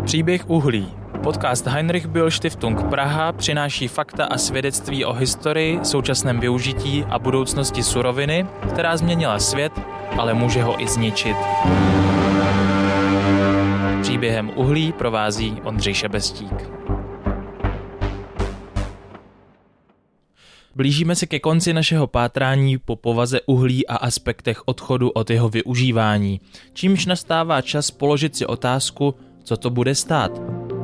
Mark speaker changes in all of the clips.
Speaker 1: Příběh uhlí. Podcast Heinrich Böll Stiftung Praha přináší fakta a svědectví o historii, současném využití a budoucnosti suroviny, která změnila svět, ale může ho i zničit. Příběhem uhlí provází Ondřej Šebestík. Blížíme se ke konci našeho pátrání po povaze uhlí a aspektech odchodu od jeho využívání, čímž nastává čas položit si otázku, co to bude stát.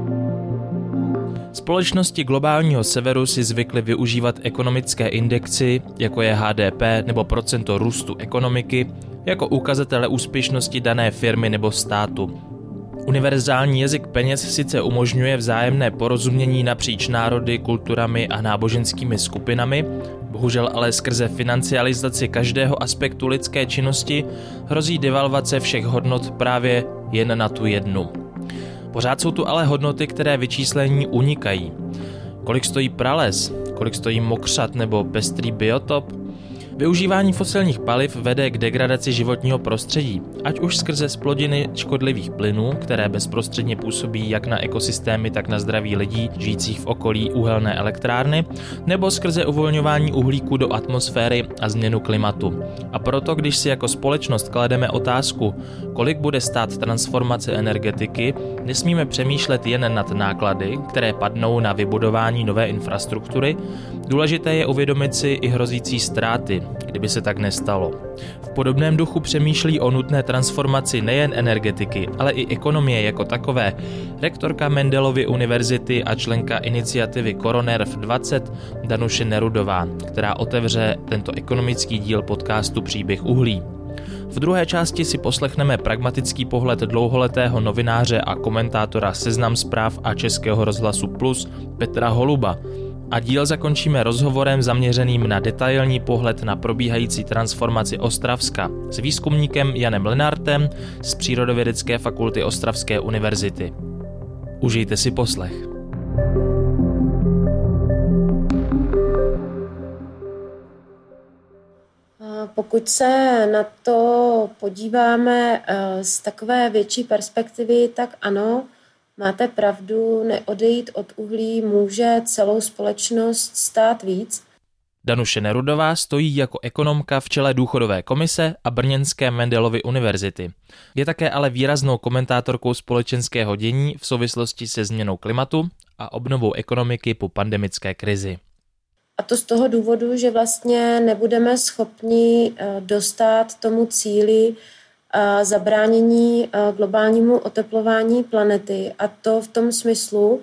Speaker 1: Společnosti globálního severu si zvykly využívat ekonomické indexy, jako je HDP nebo procento růstu ekonomiky, jako ukazatele úspěšnosti dané firmy nebo státu. Univerzální jazyk peněz sice umožňuje vzájemné porozumění napříč národy, kulturami a náboženskými skupinami, bohužel ale skrze financializaci každého aspektu lidské činnosti hrozí devalvace všech hodnot právě jen na tu jednu. Pořád jsou tu ale hodnoty, které vyčíslení unikají. Kolik stojí prales, kolik stojí mokřad nebo pestrý biotop? Využívání fosilních paliv vede k degradaci životního prostředí, ať už skrze zplodiny škodlivých plynů, které bezprostředně působí jak na ekosystémy, tak na zdraví lidí žijících v okolí uhelné elektrárny, nebo skrze uvolňování uhlíku do atmosféry a změnu klimatu. A proto, když si jako společnost klademe otázku, kolik bude stát transformace energetiky, nesmíme přemýšlet jen nad náklady, které padnou na vybudování nové infrastruktury. Důležité je uvědomit si i hrozící ztráty, kdyby se tak nestalo. V podobném duchu přemýšlí o nutné transformaci nejen energetiky, ale i ekonomie jako takové rektorka Mendelovy univerzity a členka iniciativy CoroNERV 20 Danuše Nerudová, která otevře tento ekonomický díl podcastu Příběh uhlí. V druhé části si poslechneme pragmatický pohled dlouholetého novináře a komentátora Seznam Zpráv a Českého rozhlasu Plus Petra Holuba. A díl zakončíme rozhovorem zaměřeným na detailní pohled na probíhající transformaci Ostravska s výzkumníkem Janem Lenartem z Přírodovědecké fakulty Ostravské univerzity. Užijte si poslech.
Speaker 2: Pokud se na to podíváme z takové větší perspektivy, tak ano, máte pravdu, neodejít od uhlí může celou společnost stát víc.
Speaker 1: Danuše Nerudová stojí jako ekonomka v čele důchodové komise a brněnské Mendelovy univerzity. Je také ale výraznou komentátorkou společenského dění v souvislosti se změnou klimatu a obnovou ekonomiky po pandemické krizi.
Speaker 2: A to z toho důvodu, že vlastně nebudeme schopni dostát tomu cíli zabránění globálnímu oteplování planety. A to v tom smyslu,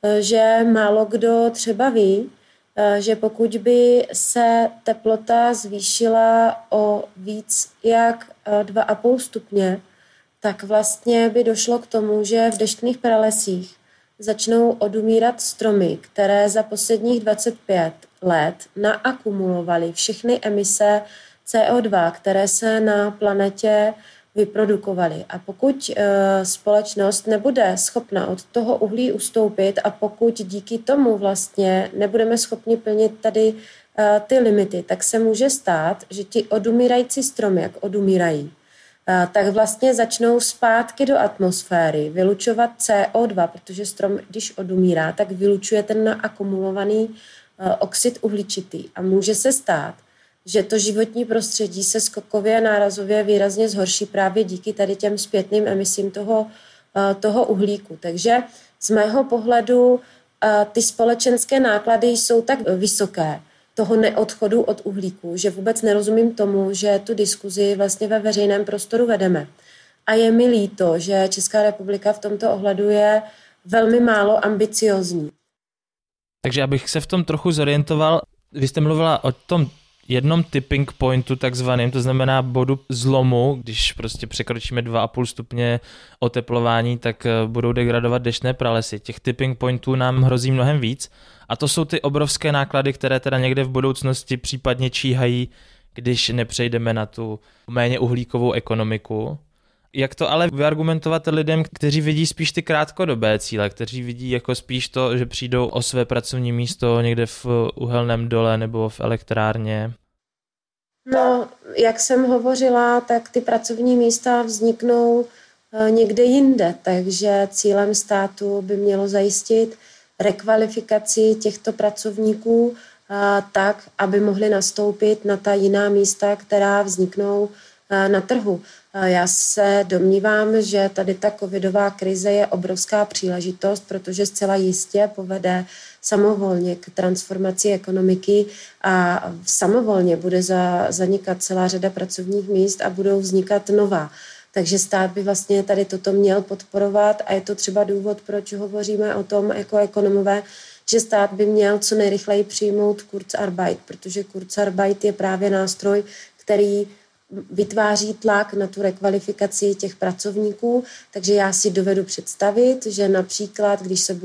Speaker 2: že málo kdo třeba ví, že pokud by se teplota zvýšila o víc jak 2,5 stupně, tak vlastně by došlo k tomu, že v deštných pralesích začnou odumírat stromy, které za posledních 25 let naakumulovaly všechny emise CO2, které se na planetě vyprodukovaly. A pokud společnost nebude schopna od toho uhlí ustoupit a pokud díky tomu vlastně nebudeme schopni plnit tady ty limity, tak se může stát, že ti odumírající stromy, jak odumírají, tak vlastně začnou zpátky do atmosféry vylučovat CO2, protože strom, když odumírá, tak vylučuje ten naakumulovaný oxid uhličitý. A může se stát, že to životní prostředí se skokově a nárazově výrazně zhorší právě díky tady těm zpětným emisím toho uhlíku. Takže z mého pohledu ty společenské náklady jsou tak vysoké toho neodchodu od uhlíku, že vůbec nerozumím tomu, že tu diskuzi vlastně ve veřejném prostoru vedeme. A je mi líto, že Česká republika v tomto ohledu je velmi málo ambiciozní.
Speaker 1: Takže abych se v tom trochu zorientoval, vy jste mluvila o tom jednom tipping pointu takzvaným, to znamená bodu zlomu, když prostě překročíme 2,5 stupně oteplování, tak budou degradovat deštné pralesy. Těch tipping pointů nám hrozí mnohem víc a to jsou ty obrovské náklady, které teda někde v budoucnosti případně číhají, když nepřejdeme na tu méně uhlíkovou ekonomiku. Jak to ale vyargumentovat lidem, kteří vidí spíš ty krátkodobé cíle, kteří vidí jako spíš to, že přijdou o své pracovní místo někde v uhelném dole nebo v elektrárně?
Speaker 2: No, jak jsem hovořila, tak ty pracovní místa vzniknou někde jinde. Takže cílem státu by mělo zajistit rekvalifikaci těchto pracovníků tak, aby mohli nastoupit na ta jiná místa, která vzniknou na trhu. Já se domnívám, že tady ta covidová krize je obrovská příležitost, protože zcela jistě povede samovolně k transformaci ekonomiky a samovolně bude zanikat celá řada pracovních míst a budou vznikat nová. Takže stát by vlastně tady toto měl podporovat a je to třeba důvod, proč hovoříme o tom jako ekonomové, že stát by měl co nejrychleji přijmout Kurzarbeit, protože Kurzarbeit je právě nástroj, který vytváří tlak na tu rekvalifikaci těch pracovníků, takže já si dovedu představit, že například, když se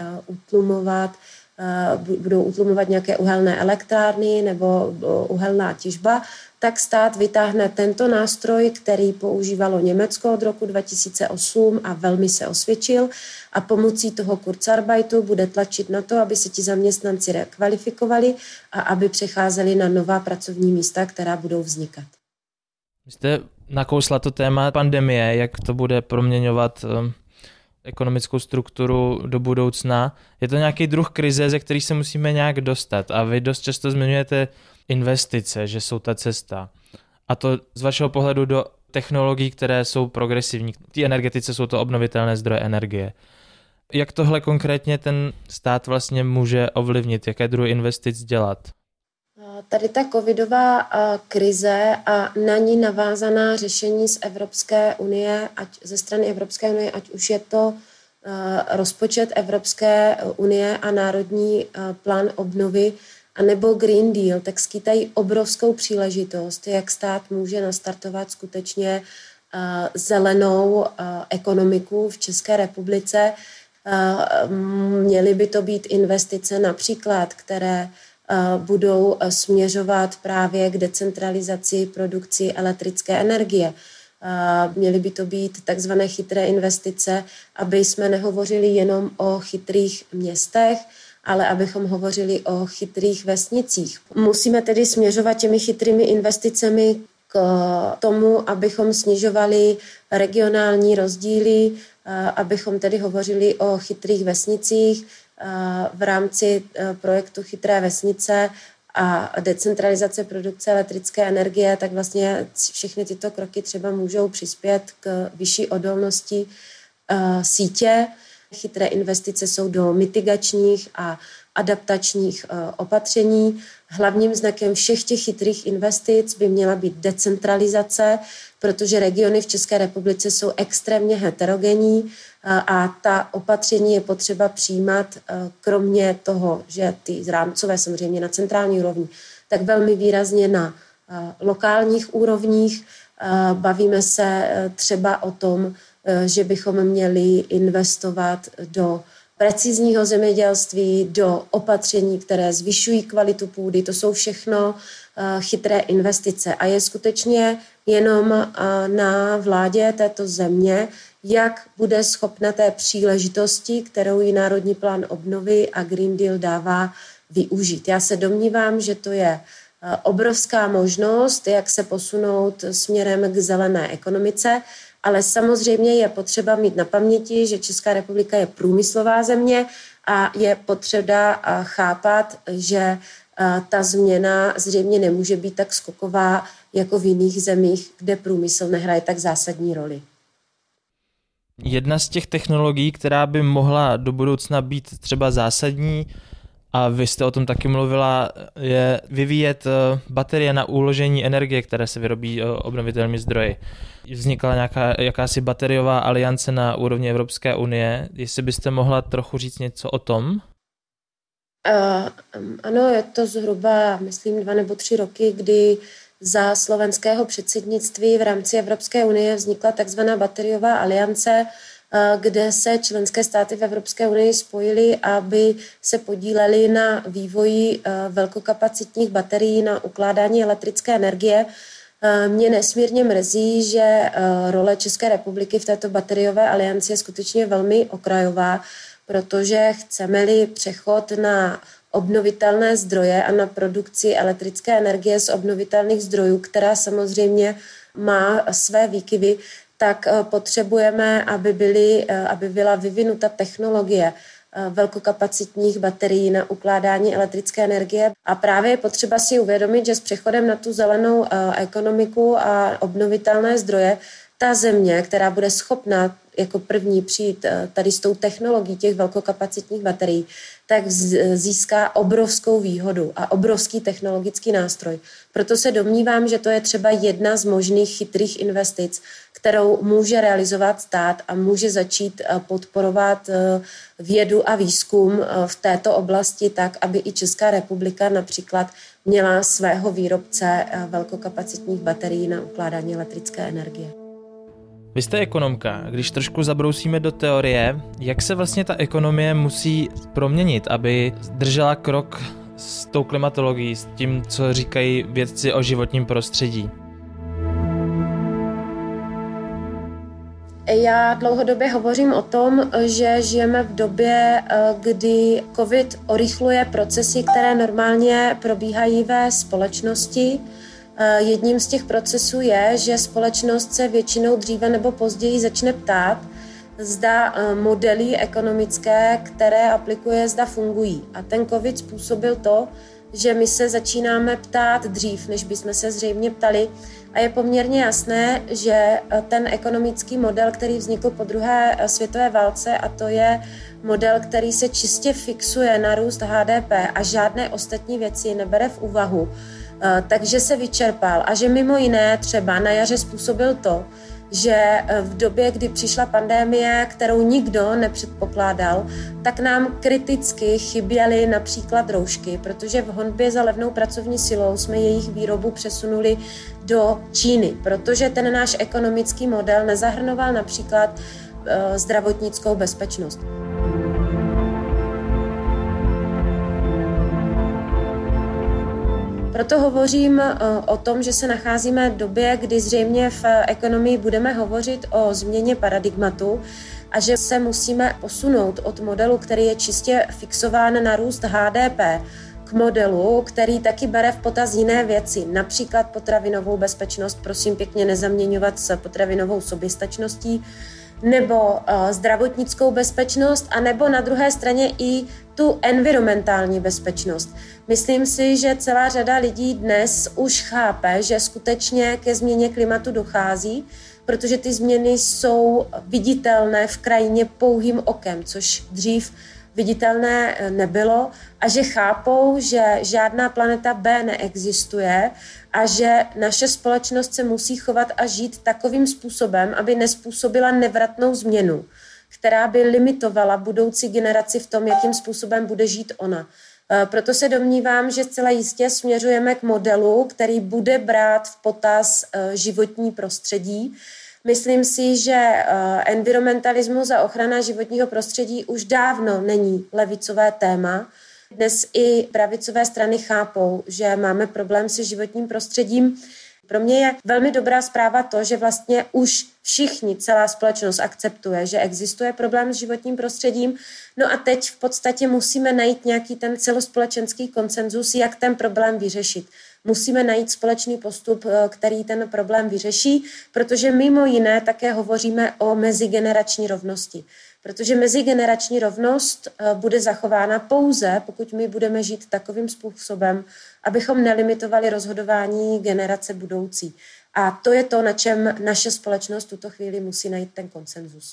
Speaker 2: budou utlumovat nějaké uhelné elektrárny nebo uhelná těžba, tak stát vytáhne tento nástroj, který používalo Německo od roku 2008 a velmi se osvědčil a pomocí toho Kurzarbeitu bude tlačit na to, aby se ti zaměstnanci rekvalifikovali a aby přecházeli na nová pracovní místa, která budou vznikat.
Speaker 1: Vy jste nakousla to téma pandemie, jak to bude proměňovat ekonomickou strukturu do budoucna. Je to nějaký druh krize, ze který se musíme nějak dostat a vy dost často zmiňujete investice, že jsou ta cesta. A to z vašeho pohledu do technologií, které jsou progresivní. Ty energetice jsou to obnovitelné zdroje energie. Jak tohle konkrétně ten stát vlastně může ovlivnit? Jaké druhy investic dělat?
Speaker 2: Tady ta covidová krize a na ní navázaná řešení z Evropské unie, ze strany Evropské unie, ať už je to rozpočet Evropské unie a národní plán obnovy, anebo Green Deal, tak skýtají obrovskou příležitost, jak stát může nastartovat skutečně zelenou ekonomiku v České republice. Měly by to být investice například, které budou směřovat právě k decentralizaci produkci elektrické energie. Měly by to být takzvané chytré investice, aby jsme nehovořili jenom o chytrých městech, ale abychom hovořili o chytrých vesnicích. Musíme tedy směřovat těmi chytrými investicemi k tomu, abychom snižovali regionální rozdíly, abychom tedy hovořili o chytrých vesnicích v rámci projektu Chytré vesnice a decentralizace produkce elektrické energie, tak vlastně všechny tyto kroky třeba můžou přispět k vyšší odolnosti sítě. Chytré investice jsou do mitigačních a adaptačních opatření. Hlavním znakem všech těch chytrých investic by měla být decentralizace, protože regiony v České republice jsou extrémně heterogenní a ta opatření je potřeba přijímat kromě toho, že ty rámcové samozřejmě na centrální úrovni, tak velmi výrazně na lokálních úrovních. Bavíme se třeba o tom, že bychom měli investovat do precizního zemědělství, do opatření, které zvyšují kvalitu půdy. To jsou všechno chytré investice. A je skutečně jenom na vládě této země, jak bude schopna té příležitosti, kterou jí Národní plán obnovy a Green Deal dává, využít. Já se domnívám, že to je obrovská možnost, jak se posunout směrem k zelené ekonomice, ale samozřejmě je potřeba mít na paměti, že Česká republika je průmyslová země a je potřeba chápat, že ta změna zřejmě nemůže být tak skoková jako v jiných zemích, kde průmysl nehraje tak zásadní roli.
Speaker 1: Jedna z těch technologií, která by mohla do budoucna být třeba zásadní, a vy jste o tom taky mluvila, je vyvíjet baterie na uložení energie, které se vyrobí obnovitelnými zdroji. Vznikla jakási bateriová aliance na úrovni Evropské unie. Jestli byste mohla trochu říct něco o tom?
Speaker 2: Ano, je to zhruba, myslím, 2 nebo 3 roky, kdy za slovenského předsednictví v rámci Evropské unie vznikla takzvaná bateriová aliance, kde se členské státy v Evropské unii spojily, aby se podílely na vývoji velkokapacitních baterií na ukládání elektrické energie. Mě nesmírně mrzí, že role České republiky v této bateriové alianci je skutečně velmi okrajová, protože chceme-li přechod na obnovitelné zdroje a na produkci elektrické energie z obnovitelných zdrojů, která samozřejmě má své výkyvy, tak potřebujeme, aby byla vyvinuta technologie velkokapacitních baterií na ukládání elektrické energie. A právě je potřeba si uvědomit, že s přechodem na tu zelenou ekonomiku a obnovitelné zdroje ta země, která bude schopna jako první přijít tady s tou technologií těch velkokapacitních baterií, tak získá obrovskou výhodu a obrovský technologický nástroj. Proto se domnívám, že to je třeba jedna z možných chytrých investic, kterou může realizovat stát a může začít podporovat vědu a výzkum v této oblasti tak, aby i Česká republika například měla svého výrobce velkokapacitních baterií na ukládání elektrické energie.
Speaker 1: Vy jste ekonomka. Když trošku zabrousíme do teorie, jak se vlastně ta ekonomie musí proměnit, aby držela krok s tou klimatologií, s tím, co říkají vědci o životním prostředí?
Speaker 2: Já dlouhodobě hovořím o tom, že žijeme v době, kdy COVID urychluje procesy, které normálně probíhají ve společnosti. Jedním z těch procesů je, že společnost se většinou dříve nebo později začne ptát, zda modely ekonomické, které aplikuje, zda fungují. A ten COVID způsobil to, že my se začínáme ptát dřív, než bychom se zřejmě ptali. A je poměrně jasné, že ten ekonomický model, který vznikl po druhé světové válce, a to je model, který se čistě fixuje na růst HDP a žádné ostatní věci nebere v úvahu, takže se vyčerpal a že mimo jiné třeba na jaře způsobil to, že v době, kdy přišla pandemie, kterou nikdo nepředpokládal, tak nám kriticky chyběly například roušky, protože v honbě za levnou pracovní silou jsme jejich výrobu přesunuli do Číny, protože ten náš ekonomický model nezahrnoval například zdravotnickou bezpečnost. Proto hovořím o tom, že se nacházíme v době, kdy zřejmě v ekonomii budeme hovořit o změně paradigmatu a že se musíme posunout od modelu, který je čistě fixován na růst HDP, k modelu, který taky bere v potaz jiné věci, například potravinovou bezpečnost, prosím pěkně nezaměňovat s potravinovou soběstačností, nebo zdravotnickou bezpečnost, a nebo na druhé straně i tu environmentální bezpečnost. Myslím si, že celá řada lidí dnes už chápe, že skutečně ke změně klimatu dochází, protože ty změny jsou viditelné v krajině pouhým okem, což dřív viditelné nebylo, a že chápou, že žádná planeta B neexistuje a že naše společnost se musí chovat a žít takovým způsobem, aby nezpůsobila nevratnou změnu, která by limitovala budoucí generaci v tom, jakým způsobem bude žít ona. Proto se domnívám, že zcela jistě směřujeme k modelu, který bude brát v potaz životní prostředí. Myslím si, že environmentalismus a ochrana životního prostředí už dávno není levicové téma. Dnes i pravicové strany chápou, že máme problém se životním prostředím. Pro mě je velmi dobrá zpráva to, že vlastně už všichni, celá společnost akceptuje, že existuje problém s životním prostředím. No a teď v podstatě musíme najít nějaký ten celospolečenský konsenzus, jak ten problém vyřešit. Musíme najít společný postup, který ten problém vyřeší, protože mimo jiné také hovoříme o mezigenerační rovnosti. Protože mezigenerační rovnost bude zachována pouze, pokud my budeme žít takovým způsobem, abychom nelimitovali rozhodování generace budoucí. A to je to, na čem naše společnost v tuto chvíli musí najít ten konsenzus.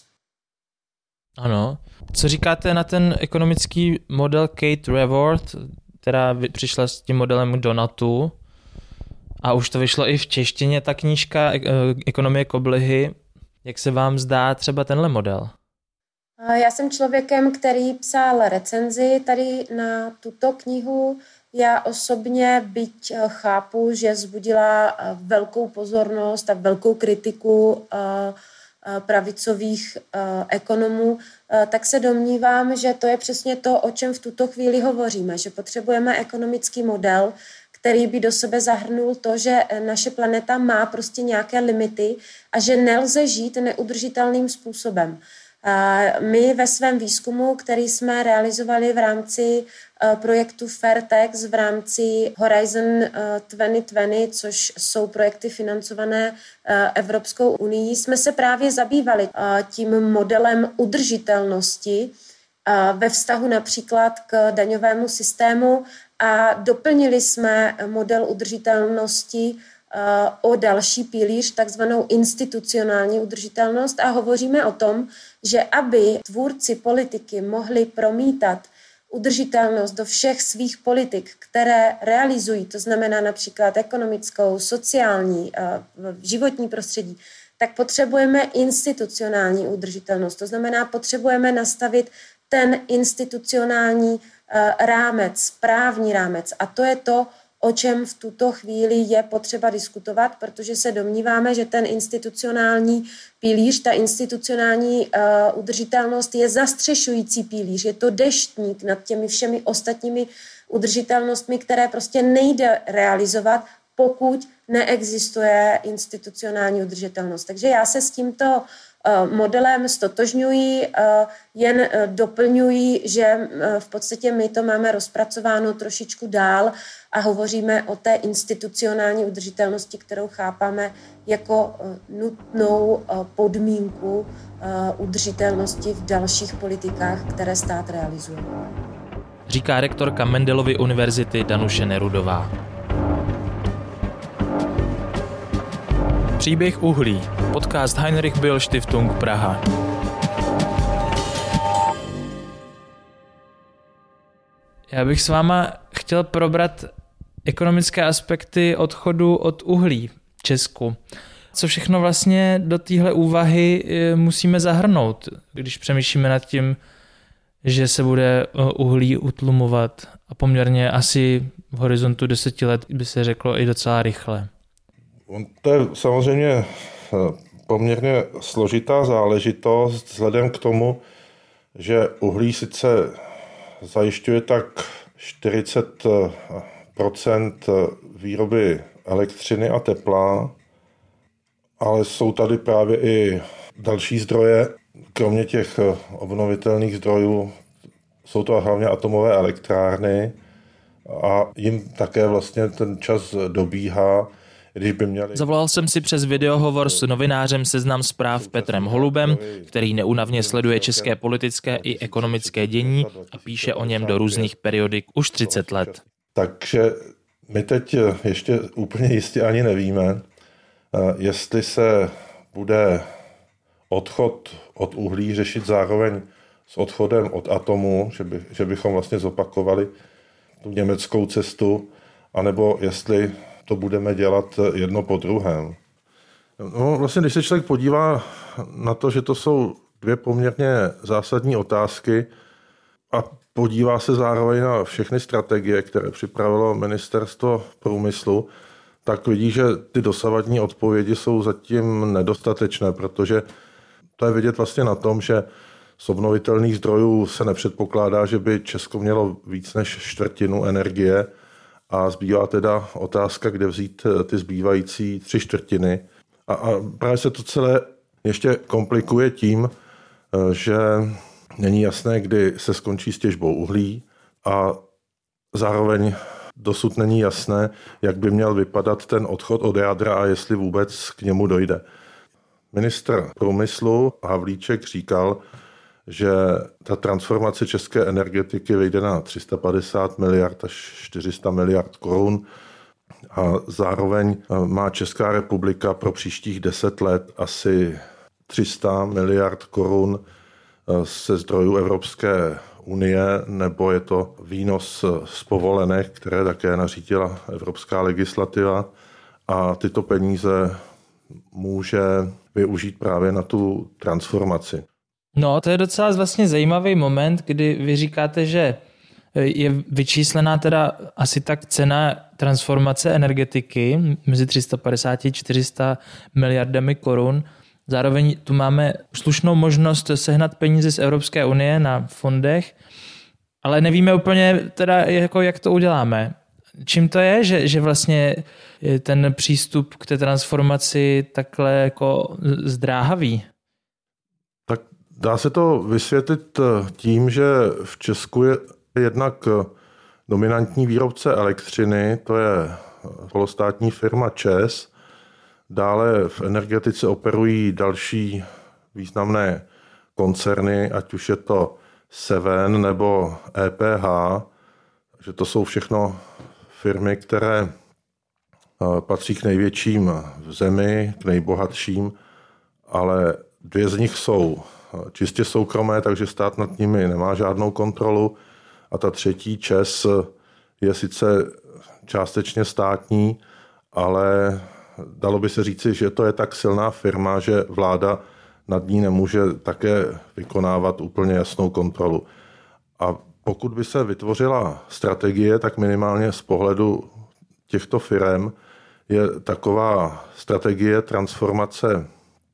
Speaker 1: Ano. Co říkáte na ten ekonomický model Kate Raworth, která přišla s tím modelem Donatu, a už to vyšlo i v češtině, ta knížka Ekonomie koblihy. Jak se vám zdá třeba tenhle model?
Speaker 2: Já jsem člověkem, který psal recenzi tady na tuto knihu. Já osobně, byť chápu, že vzbudila velkou pozornost a velkou kritiku pravicových ekonomů, tak se domnívám, že to je přesně to, o čem v tuto chvíli hovoříme, že potřebujeme ekonomický model, který by do sebe zahrnul to, že naše planeta má prostě nějaké limity a že nelze žít neudržitelným způsobem. My ve svém výzkumu, který jsme realizovali v rámci projektu Fairtex v rámci Horizon 2020, což jsou projekty financované Evropskou unií, jsme se právě zabývali tím modelem udržitelnosti ve vztahu například k daňovému systému a doplnili jsme model udržitelnosti o další pilíř, takzvanou institucionální udržitelnost a hovoříme o tom, že aby tvůrci politiky mohli promítat udržitelnost do všech svých politik, které realizují, to znamená například ekonomickou, sociální, životní prostředí, tak potřebujeme institucionální udržitelnost. To znamená, potřebujeme nastavit ten institucionální rámec, právní rámec. A to je to, o čem v tuto chvíli je potřeba diskutovat, protože se domníváme, že ten institucionální pilíř, ta institucionální udržitelnost je zastřešující pilíř, je to deštník nad těmi všemi ostatními udržitelnostmi, které prostě nejde realizovat, pokud neexistuje institucionální udržitelnost. Takže já se s tímto modelem stotožňují, jen doplňují, že v podstatě my to máme rozpracováno trošičku dál a hovoříme o té institucionální udržitelnosti, kterou chápáme jako nutnou podmínku udržitelnosti v dalších politikách, které stát realizuje.
Speaker 1: Říká rektorka Mendelovy univerzity Danuše Nerudová. Příběh uhlí. Podcast Heinrich Böll Stiftung Praha. Já bych s váma chtěl probrat ekonomické aspekty odchodu od uhlí v Česku. Co všechno vlastně do téhle úvahy musíme zahrnout, když přemýšlíme nad tím, že se bude uhlí utlumovat a poměrně asi v horizontu 10 let by se řeklo i docela rychle.
Speaker 3: To je samozřejmě poměrně složitá záležitost vzhledem k tomu, že uhlí sice zajišťuje tak 40% výroby elektřiny a tepla, ale jsou tady právě i další zdroje, kromě těch obnovitelných zdrojů, jsou to hlavně atomové elektrárny a jim také vlastně ten čas dobíhá.
Speaker 1: Zavolal jsem si přes videohovor s novinářem Seznam Zpráv Petrem Holubem, který neúnavně sleduje české politické i ekonomické dění a píše o něm do různých periodik už 30 let.
Speaker 3: Takže my teď ještě úplně jistě ani nevíme, jestli se bude odchod od uhlí řešit zároveň s odchodem od atomu, že bychom vlastně zopakovali tu německou cestu, anebo jestli to budeme dělat jedno po druhém. No, vlastně, když se člověk podívá na to, že to jsou dvě poměrně zásadní otázky a podívá se zároveň na všechny strategie, které připravilo Ministerstvo průmyslu, tak vidí, že ty dosavadní odpovědi jsou zatím nedostatečné, protože to je vidět vlastně na tom, že z obnovitelných zdrojů se nepředpokládá, že by Česko mělo víc než čtvrtinu energie, a zbývá teda otázka, kde vzít ty zbývající 3/4. A právě se to celé ještě komplikuje tím, že není jasné, kdy se skončí s těžbou uhlí a zároveň dosud není jasné, jak by měl vypadat ten odchod od jádra a jestli vůbec k němu dojde. Ministr průmyslu Havlíček říkal, že ta transformace české energetiky vyjde na 350 miliard až 400 miliard korun a zároveň má Česká republika pro příštích 10 let asi 300 miliard korun ze zdrojů Evropské unie, nebo je to výnos z povolenek, které také nařídila evropská legislativa a tyto peníze může využít právě na tu transformaci.
Speaker 1: No, to je docela vlastně zajímavý moment, kdy vy říkáte, že je vyčíslená teda asi tak cena transformace energetiky mezi 350 a 400 miliardami korun. Zároveň tu máme slušnou možnost sehnat peníze z Evropské unie na fondech, ale nevíme úplně teda, jako jak to uděláme. Čím to je, že vlastně ten přístup k té transformaci takhle jako zdráhavý?
Speaker 3: Tak Dá se to vysvětlit tím, že v Česku je jednak dominantní výrobce elektřiny, to je polostátní firma ČEZ. Dále v energetice operují další významné koncerny, ať už je to Seven nebo EPH, že to jsou všechno firmy, které patří k největším v zemi, k nejbohatším, ale dvě z nich jsou čistě soukromé, takže stát nad nimi nemá žádnou kontrolu. A ta třetí, ČEZ, je sice částečně státní, ale dalo by se říci, že to je tak silná firma, že vláda nad ní nemůže také vykonávat úplně jasnou kontrolu. A pokud by se vytvořila strategie, tak minimálně z pohledu těchto firem je taková strategie transformace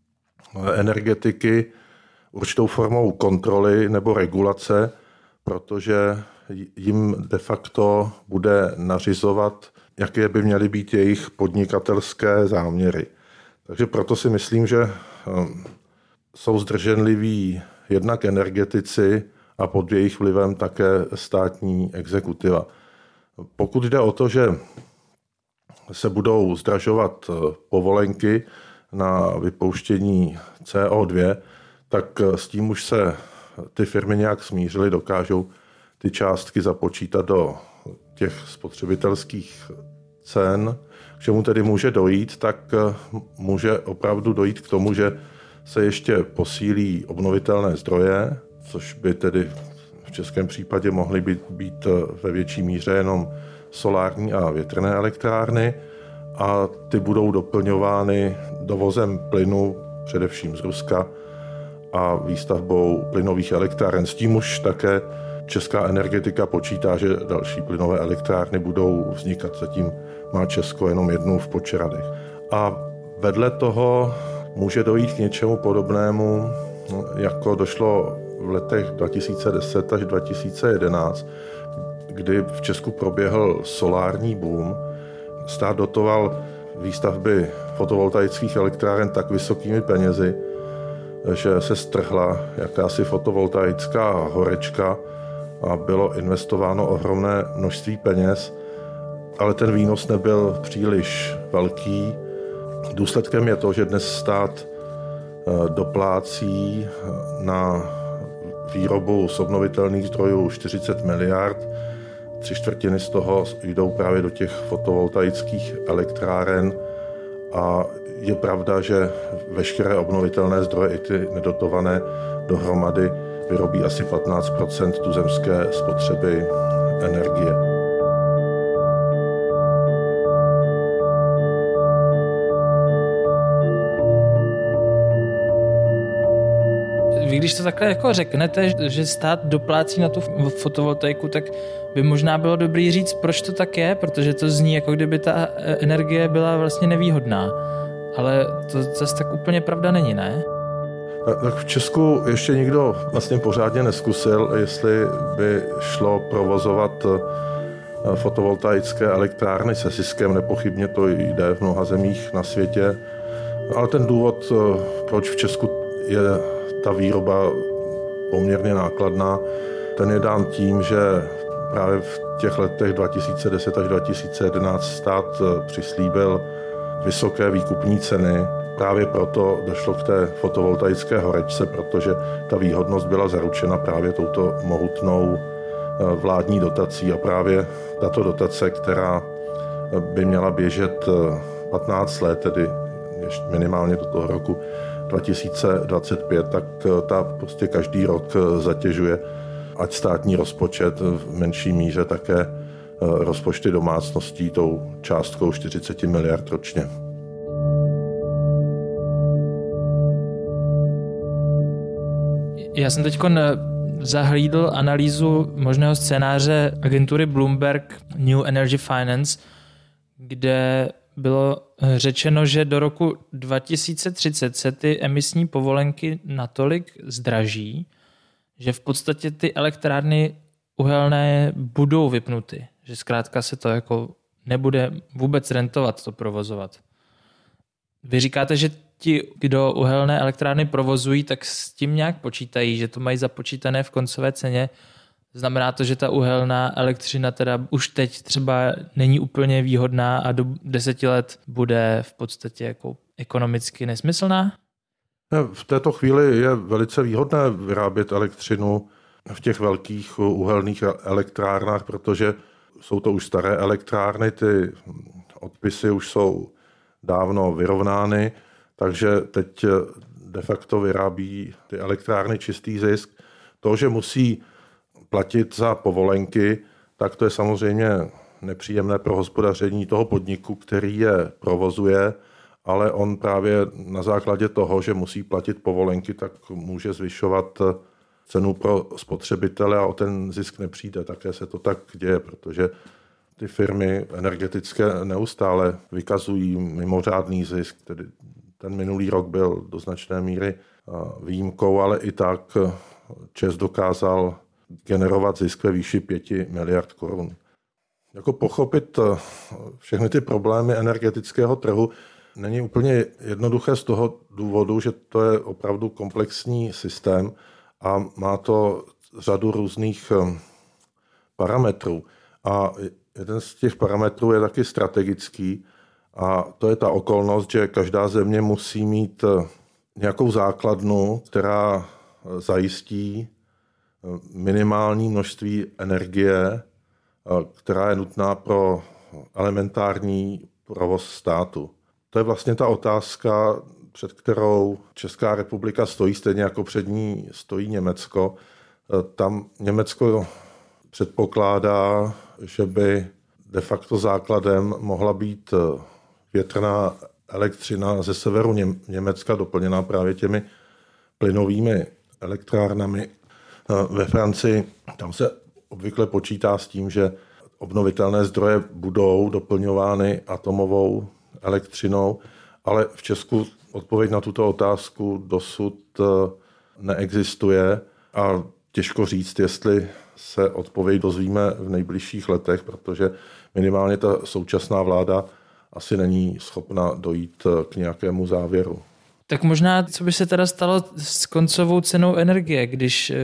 Speaker 3: energetiky určitou formou kontroly nebo regulace, protože jim de facto bude nařizovat, jaké by měly být jejich podnikatelské záměry. Takže proto si myslím, že jsou zdrženliví jednak energetici a pod jejich vlivem také státní exekutiva. Pokud jde o to, že se budou zdražovat povolenky na vypouštění CO2, tak s tím už se ty firmy nějak smířily, dokážou ty částky započítat do těch spotřebitelských cen. K čemu tedy může dojít, tak může opravdu dojít k tomu, že se ještě posílí obnovitelné zdroje, což by tedy v českém případě mohly být ve větší míře jenom solární a větrné elektrárny a ty budou doplňovány dovozem plynu, především z Ruska, a výstavbou plynových elektráren. S tím už také česká energetika počítá, že další plynové elektrárny budou vznikat. Zatím má Česko jenom jednu v Počeradech. A vedle toho může dojít k něčemu podobnému, jako došlo v letech 2010 až 2011, kdy v Česku proběhl solární boom. Stát dotoval výstavby fotovoltaických elektráren tak vysokými penězi, že se strhla jakási fotovoltaická horečka a bylo investováno ohromné množství peněz, ale ten výnos nebyl příliš velký. Důsledkem je to, že dnes stát doplácí na výrobu z obnovitelných zdrojů 40 miliard. 3/4 z toho jdou právě do těch fotovoltaických elektráren a je pravda, že veškeré obnovitelné zdroje, i ty nedotované dohromady, vyrobí asi 15% tuzemské spotřeby energie.
Speaker 1: Vy když to takhle jako řeknete, že stát doplácí na tu fotovoltaiku, tak by možná bylo dobrý říct, proč to tak je, protože to zní, jako kdyby ta energie byla vlastně nevýhodná. Ale to zase tak úplně pravda není, ne?
Speaker 3: Tak v Česku ještě nikdo vlastně pořádně neskusil, jestli by šlo provozovat fotovoltaické elektrárny se ziskem. Nepochybně to jde v mnoha zemích na světě. Ale ten důvod, proč v Česku je ta výroba poměrně nákladná, ten je dán tím, že právě v těch letech 2010 až 2011 stát přislíbil vysoké výkupní ceny. Právě proto došlo k té fotovoltaické horečce, protože ta výhodnost byla zaručena právě touto mohutnou vládní dotací a právě tato dotace, která by měla běžet 15 let, tedy minimálně do toho roku 2025, tak ta prostě každý rok zatěžuje ať státní rozpočet, v menší míře také rozpočty domácností tou částkou 40 miliard ročně.
Speaker 1: Já jsem teď zahlídl analýzu možného scénáře agentury Bloomberg New Energy Finance, kde bylo řečeno, že do roku 2030 se ty emisní povolenky natolik zdraží, že v podstatě ty elektrárny uhelné budou vypnuty. Že zkrátka se to jako nebude vůbec rentovat to provozovat. Vy říkáte, že ti, kdo uhelné elektrárny provozují, tak s tím nějak počítají, že to mají započítané v koncové ceně. Znamená to, že ta uhelná elektřina teda už teď třeba není úplně výhodná a do 10 let bude v podstatě jako ekonomicky nesmyslná?
Speaker 3: V této chvíli je velice výhodné vyrábět elektřinu v těch velkých uhelných elektrárnách, protože jsou to už staré elektrárny, ty odpisy už jsou dávno vyrovnány, takže teď de facto vyrábí ty elektrárny čistý zisk. To, že musí platit za povolenky, tak to je samozřejmě nepříjemné pro hospodaření toho podniku, který je provozuje, ale on právě na základě toho, že musí platit povolenky, tak může zvyšovat cenu pro spotřebitele a o ten zisk nepřijde. Také se to tak děje, protože ty firmy energetické neustále vykazují mimořádný zisk. Tedy ten minulý rok byl do značné míry výjimkou, ale i tak ČEZ dokázal generovat zisk ve výši 5 miliard korun. Jako pochopit všechny ty problémy energetického trhu není úplně jednoduché z toho důvodu, že to je opravdu komplexní systém a má to řadu různých parametrů. A jeden z těch parametrů je taky strategický a to je ta okolnost, že každá země musí mít nějakou základnu, která zajistí minimální množství energie, která je nutná pro elementární provoz státu. To je vlastně ta otázka, před kterou Česká republika stojí, stejně jako před ní stojí Německo. Tam Německo předpokládá, že by de facto základem mohla být větrná elektřina ze severu Německa, doplněná právě těmi plynovými elektrárnami. Ve Francii tam se obvykle počítá s tím, že obnovitelné zdroje budou doplňovány atomovou elektřinou, ale v Česku odpověď na tuto otázku dosud neexistuje a těžko říct, jestli se odpověď dozvíme v nejbližších letech, protože minimálně ta současná vláda asi není schopna dojít k nějakému závěru.
Speaker 1: Tak možná, co by se teda stalo s koncovou cenou energie, když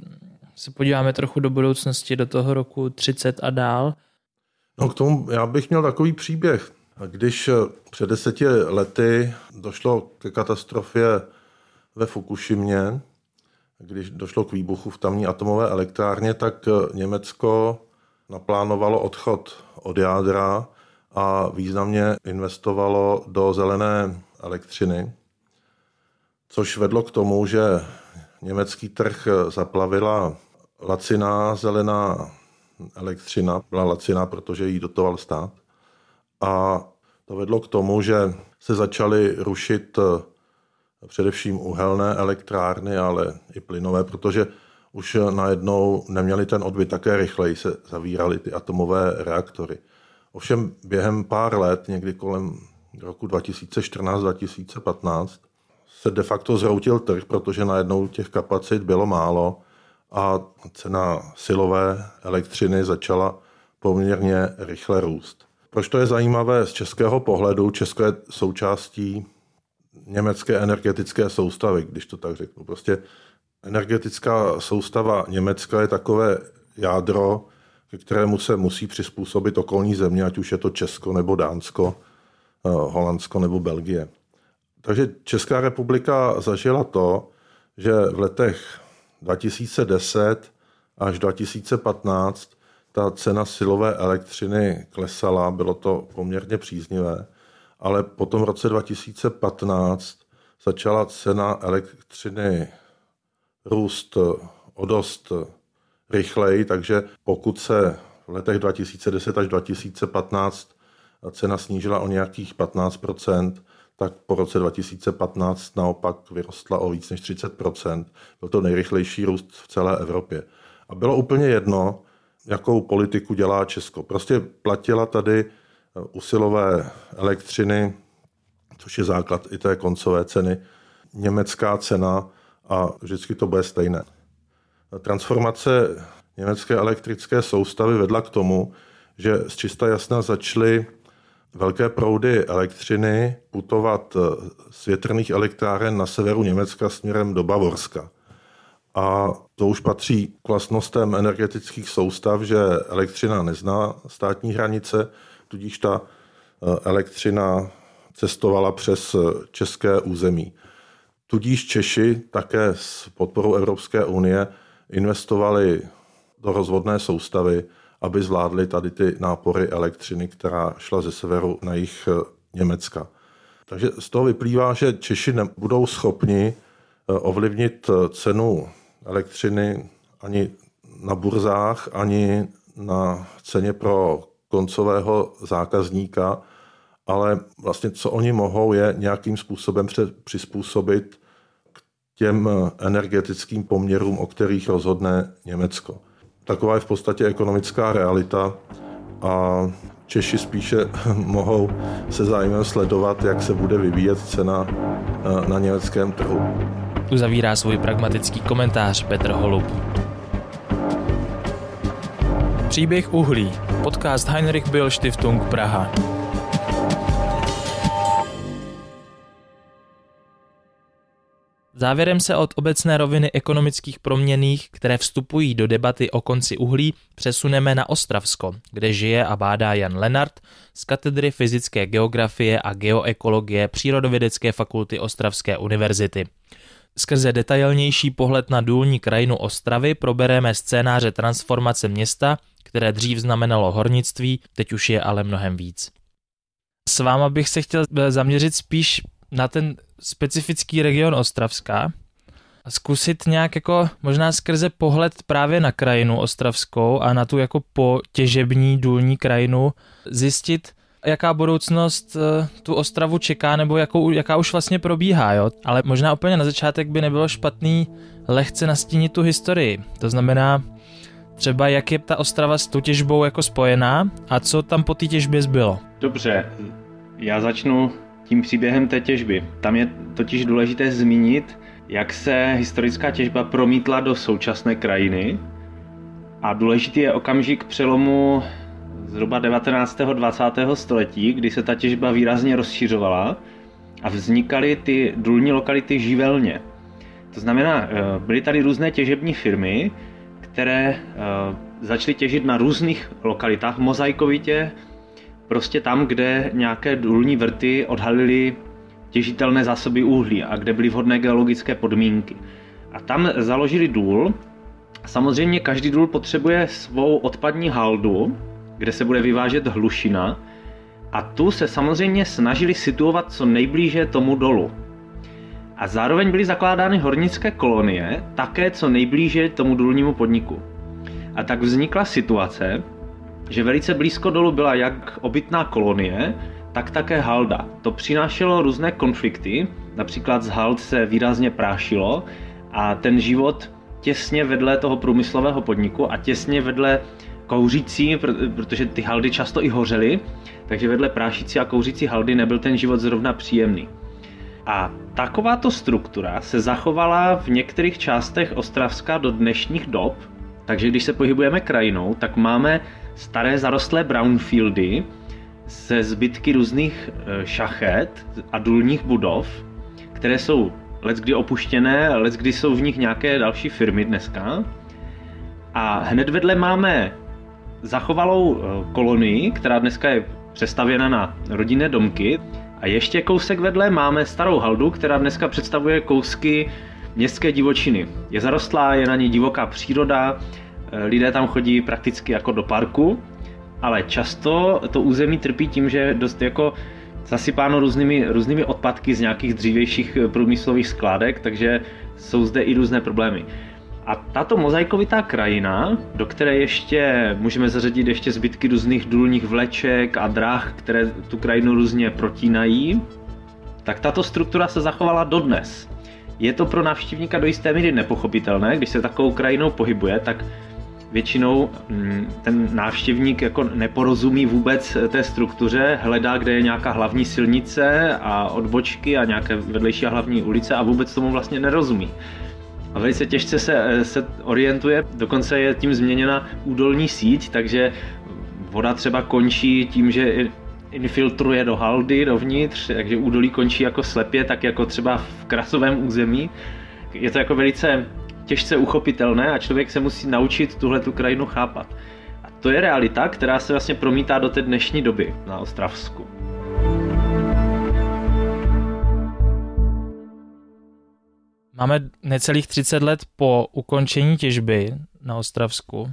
Speaker 1: se podíváme trochu do budoucnosti, do toho roku 30 a dál?
Speaker 3: No k tomu já bych měl takový příběh. Když před 10 lety došlo ke katastrofě ve Fukušimě, když došlo k výbuchu v tamní atomové elektrárně, tak Německo naplánovalo odchod od jádra a významně investovalo do zelené elektřiny, což vedlo k tomu, že německý trh zaplavila laciná zelená elektřina. Byla laciná, protože ji dotoval stát. A to vedlo k tomu, že se začaly rušit především uhelné elektrárny, ale i plynové, protože už najednou neměli ten odbyt, také rychleji se zavíraly ty atomové reaktory. Ovšem během pár let, někdy kolem roku 2014-2015, se de facto zhroutil trh, protože najednou těch kapacit bylo málo a cena silové elektřiny začala poměrně rychle růst. Proč to je zajímavé z českého pohledu? Česko je součástí německé energetické soustavy, když to tak řeknu. Prostě energetická soustava Německa je takové jádro, ke kterému se musí přizpůsobit okolní země, ať už je to Česko nebo Dánsko, Holandsko nebo Belgie. Takže Česká republika zažila to, že v letech 2010 až 2015 ta cena silové elektřiny klesala, bylo to poměrně příznivé, ale po tom roce 2015 začala cena elektřiny růst o dost rychleji, takže pokud se v letech 2010 až 2015 cena snížila o nějakých 15%, tak po roce 2015 naopak vyrostla o víc než 30%. Byl to nejrychlejší růst v celé Evropě. A bylo úplně jedno, jakou politiku dělá Česko. Prostě platila tady u silové elektřiny, což je základ i té koncové ceny, německá cena a vždycky to bude stejné. Transformace německé elektrické soustavy vedla k tomu, že z čista jasna začaly velké proudy elektřiny putovat z větrných elektráren na severu Německa směrem do Bavorska. A to už patří k vlastnostem energetických soustav, že elektřina nezná státní hranice, tudíž ta elektřina cestovala přes české území. Tudíž Češi také s podporou Evropské unie investovali do rozvodné soustavy, aby zvládli tady ty nápory elektřiny, která šla ze severu na jih Německa. Takže z toho vyplývá, že Češi nebudou schopni ovlivnit cenu elektřiny ani na burzách, ani na ceně pro koncového zákazníka, ale vlastně co oni mohou je nějakým způsobem přizpůsobit k těm energetickým poměrům, o kterých rozhodne Německo. Taková je v podstatě ekonomická realita a Češi spíše mohou se zájmem sledovat, jak se bude vyvíjet cena na německém trhu.
Speaker 1: Uzavírá svůj pragmatický komentář Petr Holub. Příběh uhlí. Podcast Heinrich Böll Stiftung Praha. Závěrem se od obecné roviny ekonomických proměnných, které vstupují do debaty o konci uhlí, přesuneme na Ostravsko, kde žije a bádá Jan Lenart z katedry fyzické geografie a geoekologie Přírodovědecké fakulty Ostravské univerzity. Skrze detailnější pohled na důlní krajinu Ostravy probereme scénáře transformace města, které dřív znamenalo hornictví, teď už je ale mnohem víc. S váma bych se chtěl zaměřit spíš na ten specifický region Ostravska a zkusit nějak jako možná skrze pohled právě na krajinu ostravskou a na tu jako potěžební důlní krajinu zjistit, jaká budoucnost tu Ostravu čeká nebo jaká už vlastně probíhá. Jo? Ale možná úplně na začátek by nebylo špatný lehce nastínit tu historii. To znamená třeba jak je ta Ostrava s tou těžbou jako spojená a co tam po té těžbě zbylo.
Speaker 4: Dobře, já začnu tím příběhem té těžby. Tam je totiž důležité zmínit, jak se historická těžba promítla do současné krajiny. A důležitý je okamžik přelomu zhruba 19. 20. století, kdy se ta těžba výrazně rozšiřovala a vznikaly ty důlní lokality živelně. To znamená, byly tady různé těžební firmy, které začaly těžit na různých lokalitách mozaikovitě, prostě tam, kde nějaké důlní vrty odhalily těžitelné zásoby uhlí a kde byly vhodné geologické podmínky. A tam založili důl. Samozřejmě každý důl potřebuje svou odpadní haldu, kde se bude vyvážet hlušina, a tu se samozřejmě snažili situovat co nejblíže tomu dolu. A zároveň byly zakládány hornické kolonie také co nejblíže tomu důlnímu podniku. A tak vznikla situace, že velice blízko dolu byla jak obytná kolonie, tak také halda. To přinášelo různé konflikty, například z hald se výrazně prášilo a ten život těsně vedle toho průmyslového podniku a těsně vedle kouřící, protože ty haldy často i hořely, takže vedle prášící a kouřící haldy nebyl ten život zrovna příjemný. A takováto struktura se zachovala v některých částech Ostravska do dnešních dob, takže když se pohybujeme krajinou, tak máme staré zarostlé brownfieldy se zbytky různých šachet a důlních budov, které jsou leckdy opuštěné, leckdy jsou v nich nějaké další firmy dneska. A hned vedle máme zachovalou kolonii, která dneska je přestavěna na rodinné domky. A ještě kousek vedle máme starou haldu, která dneska představuje kousky městské divočiny. Je zarostlá, je na ní divoká příroda, lidé tam chodí prakticky jako do parku, ale často to území trpí tím, že je dost jako zasypáno různými odpadky z nějakých dřívějších průmyslových skládek, takže jsou zde i různé problémy. A tato mozaikovitá krajina, do které ještě můžeme zařadit ještě zbytky různých důlních vleček a drah, které tu krajinu různě protínají, tak tato struktura se zachovala dodnes. Je to pro návštěvníka do jisté míry nepochopitelné, když se takovou krajinou pohybuje, tak většinou ten návštěvník jako neporozumí vůbec té struktuře, hledá, kde je nějaká hlavní silnice a odbočky a nějaké vedlejší a hlavní ulice a vůbec tomu vlastně nerozumí. A velice těžce se orientuje, dokonce je tím změněna údolní síť, takže voda třeba končí tím, že infiltruje do haldy, dovnitř, takže údolí končí jako slepě, tak jako třeba v krasovém území. Je to jako velice těžce uchopitelné a člověk se musí naučit tuhletu krajinu chápat. A to je realita, která se vlastně promítá do té dnešní doby na Ostravsku.
Speaker 1: Máme necelých 30 let po ukončení těžby na Ostravsku.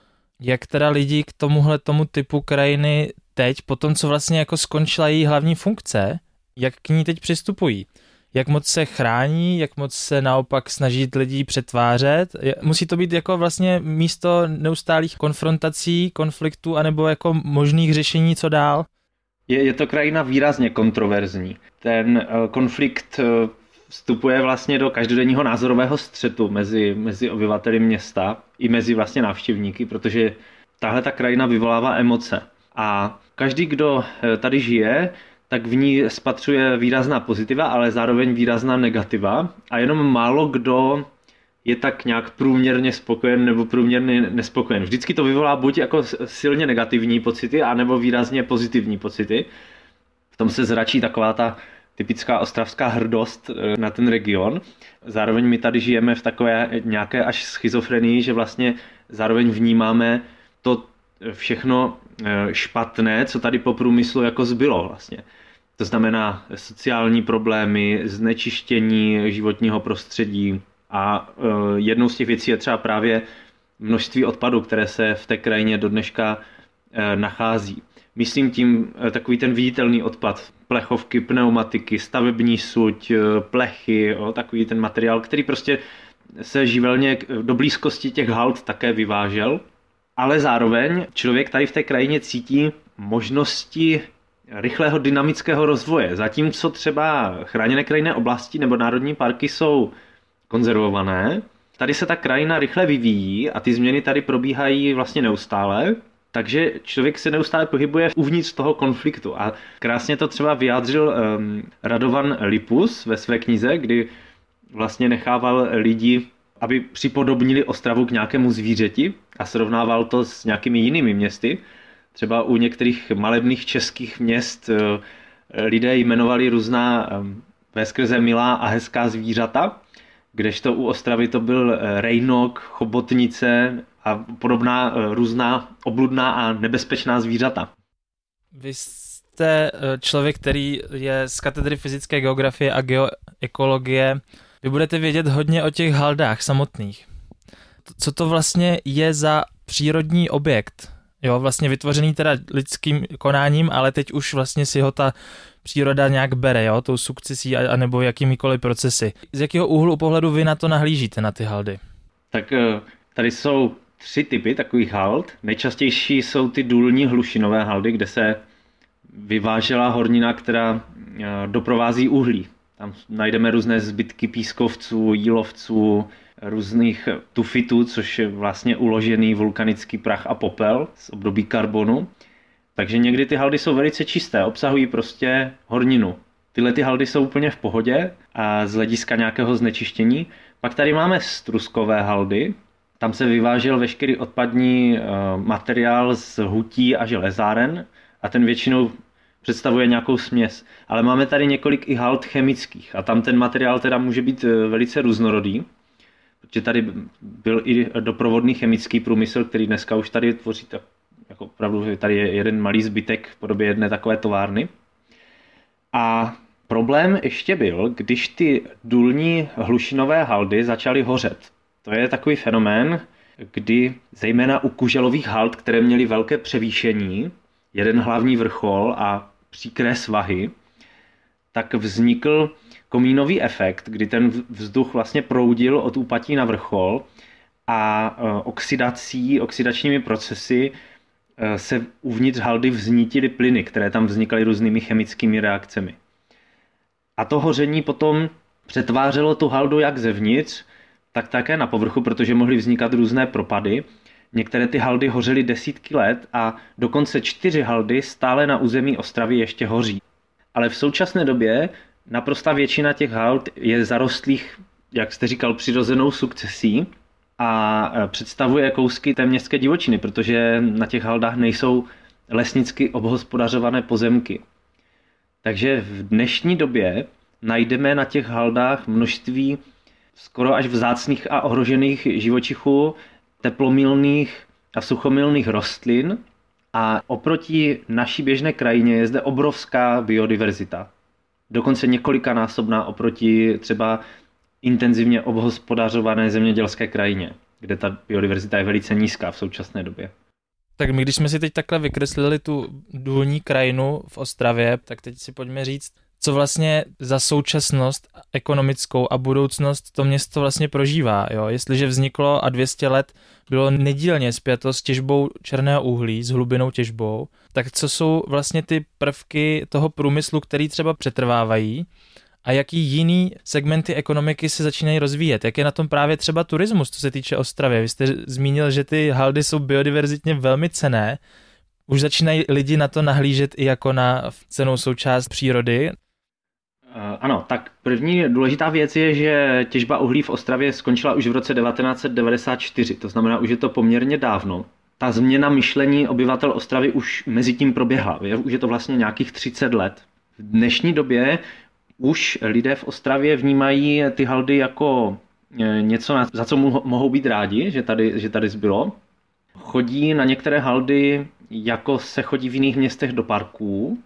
Speaker 1: Jak teda lidi k tomu typu krajiny teď, po tom, co vlastně jako skončila její hlavní funkce, jak k ní teď přistupují? Jak moc se chrání, jak moc se naopak snaží lidi přetvářet? Musí to být jako vlastně místo neustálých konfrontací, konfliktů, anebo jako možných řešení, co dál?
Speaker 4: Je to krajina výrazně kontroverzní. Ten konflikt vstupuje vlastně do každodenního názorového střetu mezi obyvateli města i mezi vlastně návštěvníky, protože tahle ta krajina vyvolává emoce. A každý, kdo tady žije, tak v ní spatřuje výrazná pozitiva, ale zároveň výrazná negativa. A jenom málo kdo je tak nějak průměrně spokojen nebo průměrně nespokojen. Vždycky to vyvolá buď jako silně negativní pocity, anebo výrazně pozitivní pocity. V tom se zračí taková ta typická ostravská hrdost na ten region. Zároveň my tady žijeme v takové nějaké až schizofrenii, že vlastně zároveň vnímáme to všechno špatné, co tady po průmyslu jako zbylo vlastně. To znamená sociální problémy, znečištění životního prostředí a jednou z těch věcí je třeba právě množství odpadů, které se v té krajině do dneška nachází. Myslím tím takový ten viditelný odpad, plechovky, pneumatiky, stavební suť, plechy, takový ten materiál, který prostě se živelně do blízkosti těch hald také vyvážel. Ale zároveň člověk tady v té krajině cítí možnosti rychlého dynamického rozvoje. Zatímco třeba chráněné krajinné oblasti nebo národní parky jsou konzervované, tady se ta krajina rychle vyvíjí a ty změny tady probíhají vlastně neustále. Takže člověk se neustále pohybuje uvnitř toho konfliktu a krásně to třeba vyjádřil Radovan Lipus ve své knize, kdy vlastně nechával lidi, aby připodobnili Ostravu k nějakému zvířeti a srovnával to s nějakými jinými městy. Třeba u některých malebných českých měst lidé jmenovali různá veskrze milá a hezká zvířata, kdežto u Ostravy to byl rejnok, chobotnice a podobná různá obludná a nebezpečná zvířata.
Speaker 1: Vy jste člověk, který je z katedry fyzické geografie a geoekologie. Vy budete vědět hodně o těch haldách samotných. Co to vlastně je za přírodní objekt? Jo, vlastně vytvořený teda lidským konáním, ale teď už vlastně si ho ta příroda nějak bere, jo, tou sukcesí a nebo jakýmikoliv procesy. Z jakého úhlu pohledu vy na to nahlížíte, na ty haldy?
Speaker 4: Tak tady jsou 3 typy takových hald. Nejčastější jsou ty důlní hlušinové haldy, kde se vyvážela hornina, která doprovází uhlí. Tam najdeme různé zbytky pískovců, jílovců, různých tufitů, což je vlastně uložený vulkanický prach a popel z období karbonu. Takže někdy ty haldy jsou velice čisté, obsahují prostě horninu. Tyhle ty haldy jsou úplně v pohodě a z hlediska nějakého znečištění. Pak tady máme struskové haldy. Tam se vyvážel veškerý odpadní materiál z hutí a železáren a ten většinou představuje nějakou směs. Ale máme tady několik i hald chemických a tam ten materiál teda může být velice různorodý, protože tady byl i doprovodný chemický průmysl, který dneska už tady tvoří jako opravdu tady je jeden malý zbytek v podobě jedné takové továrny. A problém ještě byl, když ty důlní hlušinové haldy začaly hořet. To je takový fenomén, kdy zejména u kuželových hald, které měly velké převýšení, jeden hlavní vrchol a příkré svahy, tak vznikl komínový efekt, kdy ten vzduch vlastně proudil od úpatí na vrchol a oxidačními procesy se uvnitř haldy vznítily plyny, které tam vznikaly různými chemickými reakcemi. A to hoření potom přetvářelo tu haldu jak zevnitř, tak také na povrchu, protože mohly vznikat různé propady. Některé ty haldy hořely desítky let a dokonce 4 haldy stále na území Ostravy ještě hoří. Ale v současné době naprostá většina těch hald je zarostlých, jak jste říkal, přirozenou sukcesí a představuje kousky té městské divočiny, protože na těch haldách nejsou lesnicky obhospodařované pozemky. Takže v dnešní době najdeme na těch haldách množství skoro až vzácných a ohrožených živočichů, teplomilných a suchomilných rostlin a oproti naší běžné krajině je zde obrovská biodiverzita. Dokonce několikanásobná oproti třeba intenzivně obhospodařované zemědělské krajině, kde ta biodiverzita je velice nízká v současné době.
Speaker 1: Tak my, když jsme si teď takhle vykreslili tu důlní krajinu v Ostravě, tak teď si pojďme říct, co vlastně za současnost ekonomickou a budoucnost to město vlastně prožívá. Jo? Jestliže vzniklo a 200 let bylo nedílně spjato s těžbou černého uhlí, s hlubinnou těžbou, tak co jsou vlastně ty prvky toho průmyslu, který třeba přetrvávají a jaký jiný segmenty ekonomiky se začínají rozvíjet? Jak je na tom právě třeba turismus, co se týče Ostravy? Vy jste zmínil, že ty haldy jsou biodiverzitně velmi cenné. Už začínají lidi na to nahlížet i jako na cennou součást přírody?
Speaker 4: Ano, tak první důležitá věc je, že těžba uhlí v Ostravě skončila už v roce 1994, to znamená, už je to poměrně dávno. Ta změna myšlení obyvatel Ostravy už mezi tím proběhla, už je to vlastně nějakých 30 let. V dnešní době už lidé v Ostravě vnímají ty haldy jako něco, za co mohou být rádi, že tady zbylo. Chodí na některé haldy, jako se chodí v jiných městech do parků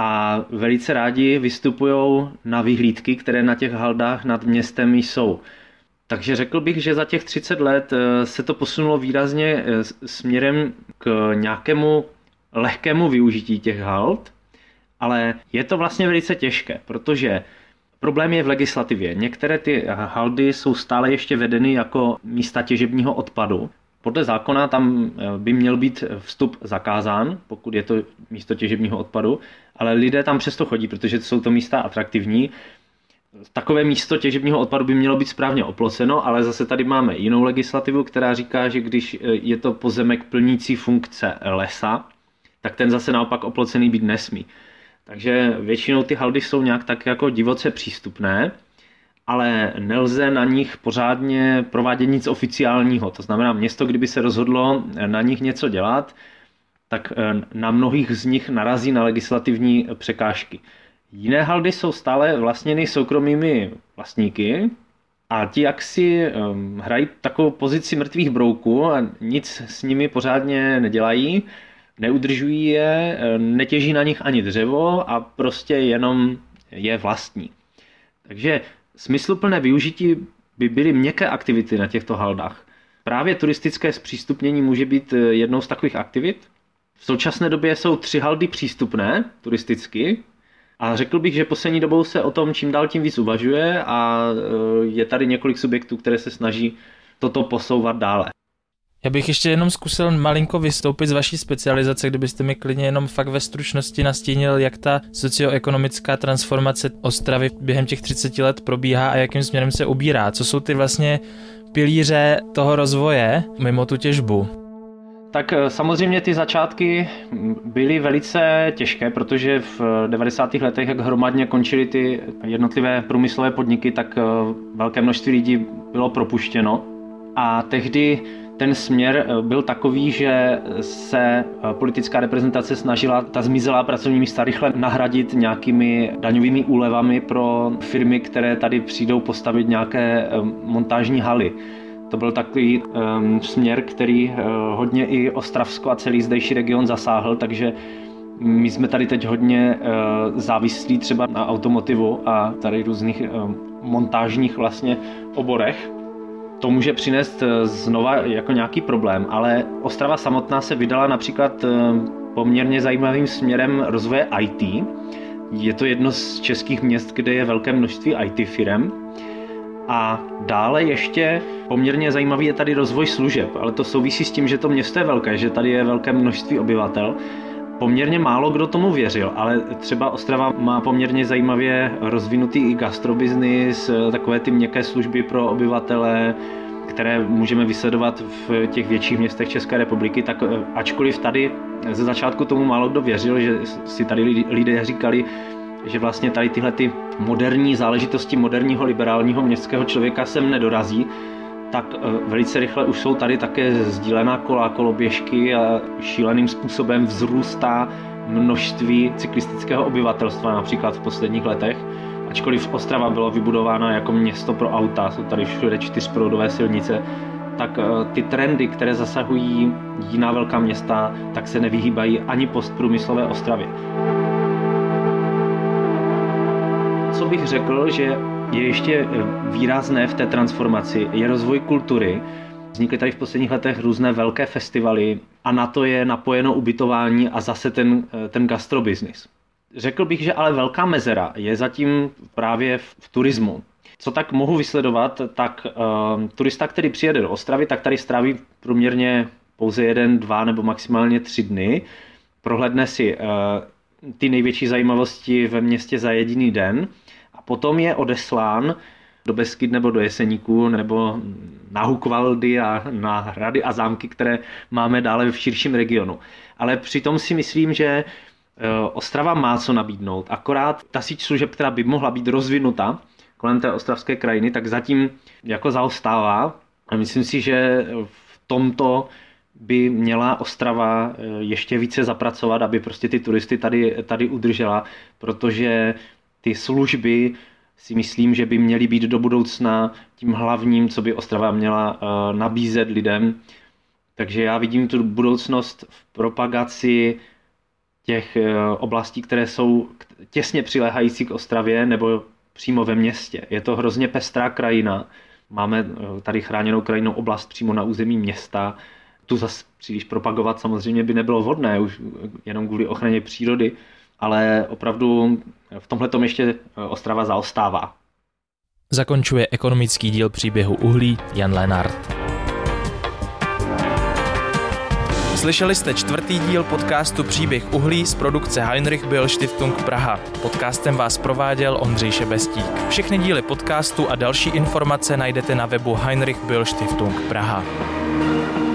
Speaker 4: a velice rádi vystupují na vyhlídky, které na těch haldách nad městem jsou. Takže řekl bych, že za těch 30 let se to posunulo výrazně směrem k nějakému lehkému využití těch hald, ale je to vlastně velice těžké, protože problém je v legislativě. Některé ty haldy jsou stále ještě vedeny jako místa těžebního odpadu. Podle zákona tam by měl být vstup zakázán, pokud je to místo těžebního odpadu, ale lidé tam přesto chodí, protože jsou to místa atraktivní. Takové místo těžebního odpadu by mělo být správně oploceno, ale zase tady máme jinou legislativu, která říká, že když je to pozemek plnící funkce lesa, tak ten zase naopak oplocený být nesmí. Takže většinou ty haldy jsou nějak tak jako divoce přístupné, ale nelze na nich pořádně provádět nic oficiálního. To znamená, město, kdyby se rozhodlo na nich něco dělat, tak na mnohých z nich narazí na legislativní překážky. Jiné haldy jsou stále vlastněny soukromými vlastníky a ti jaksi hrají takovou pozici mrtvých brouků a nic s nimi pořádně nedělají, neudržují je, netěží na nich ani dřevo a prostě jenom je vlastní. Takže smysluplné využití by byly měkké aktivity na těchto haldách. Právě turistické zpřístupnění může být jednou z takových aktivit. V současné době jsou 3 haldy přístupné turisticky a řekl bych, že poslední dobou se o tom čím dál tím víc uvažuje a je tady několik subjektů, které se snaží toto posouvat dále.
Speaker 1: Já bych ještě jenom zkusil malinko vystoupit z vaší specializace, kdybyste mi klidně jenom fakt ve stručnosti nastínil, jak ta socioekonomická transformace Ostravy během těch 30 let probíhá a jakým směrem se ubírá. Co jsou ty vlastně pilíře toho rozvoje mimo tu těžbu?
Speaker 4: Tak samozřejmě ty začátky byly velice těžké, protože v 90. letech, jak hromadně končily ty jednotlivé průmyslové podniky, tak velké množství lidí bylo propuštěno a tehdy ten směr byl takový, že se politická reprezentace snažila ta zmizelá pracovní místa rychle nahradit nějakými daňovými úlevami pro firmy, které tady přijdou postavit nějaké montážní haly. To byl takový směr, který hodně i Ostravsko a celý zdejší region zasáhl, takže my jsme tady teď hodně závislí třeba na automotivu a tady různých montážních vlastně oborech. To může přinést znova jako nějaký problém, ale Ostrava samotná se vydala například poměrně zajímavým směrem rozvoje IT. Je to jedno z českých měst, kde je velké množství IT firem. A dále ještě poměrně zajímavý je tady rozvoj služeb, ale to souvisí s tím, že to město je velké, že tady je velké množství obyvatel. Poměrně málo kdo tomu věřil, ale třeba Ostrava má poměrně zajímavě rozvinutý i gastrobiznis, takové ty měkké služby pro obyvatele, které můžeme vysledovat v těch větších městech České republiky, tak ačkoliv tady ze začátku tomu málo kdo věřil, že si tady lidé říkali, že vlastně tady tyhle ty moderní záležitosti moderního liberálního městského člověka sem nedorazí, tak velice rychle už jsou tady také sdílená kola, koloběžky a šíleným způsobem vzrůstá množství cyklistického obyvatelstva, například v posledních letech. Ačkoliv Ostrava byla vybudována jako město pro auta, jsou tady všude 4proudové silnice, tak ty trendy, které zasahují jiná velká města, tak se nevyhýbají ani postprůmyslové Ostravě. Co bych řekl, že je ještě výrazné v té transformaci, je rozvoj kultury. Vznikly tady v posledních letech různé velké festivaly a na to je napojeno ubytování a zase ten gastrobiznis. Řekl bych, že ale velká mezera je zatím právě v turismu. Co tak mohu vysledovat, tak turista, který přijede do Ostravy, tak tady stráví průměrně pouze 1, 2 nebo maximálně 3 dny. Prohlédne si ty největší zajímavosti ve městě za jediný den a potom je odeslán do Beskyd nebo do Jeseníku nebo na Hukvaldy a na hrady a zámky, které máme dále v širším regionu. Ale přitom si myslím, že Ostrava má co nabídnout, akorát ta síť služeb, která by mohla být rozvinuta kolem té ostravské krajiny, tak zatím jako zaostává. A myslím si, že v tomto by měla Ostrava ještě více zapracovat, aby prostě ty turisty tady udržela, protože ty služby si myslím, že by měly být do budoucna tím hlavním, co by Ostrava měla nabízet lidem. Takže já vidím tu budoucnost v propagaci těch oblastí, které jsou těsně přiléhající k Ostravě nebo přímo ve městě. Je to hrozně pestrá krajina. Máme tady chráněnou krajinnou oblast přímo na území města. Tu zase příliš propagovat samozřejmě by nebylo vhodné, už jenom kvůli ochraně přírody, ale opravdu v tomhletom ještě Ostrava zaostává.
Speaker 1: Zakončuje ekonomický díl příběhu uhlí Jan Lenart. Slyšeli jste 4. díl podcastu Příběh uhlí z produkce Heinrich Böll Stiftung Praha. Podcastem vás prováděl Ondřej Šebestík. Všechny díly podcastu a další informace najdete na webu Heinrich Böll Stiftung Praha.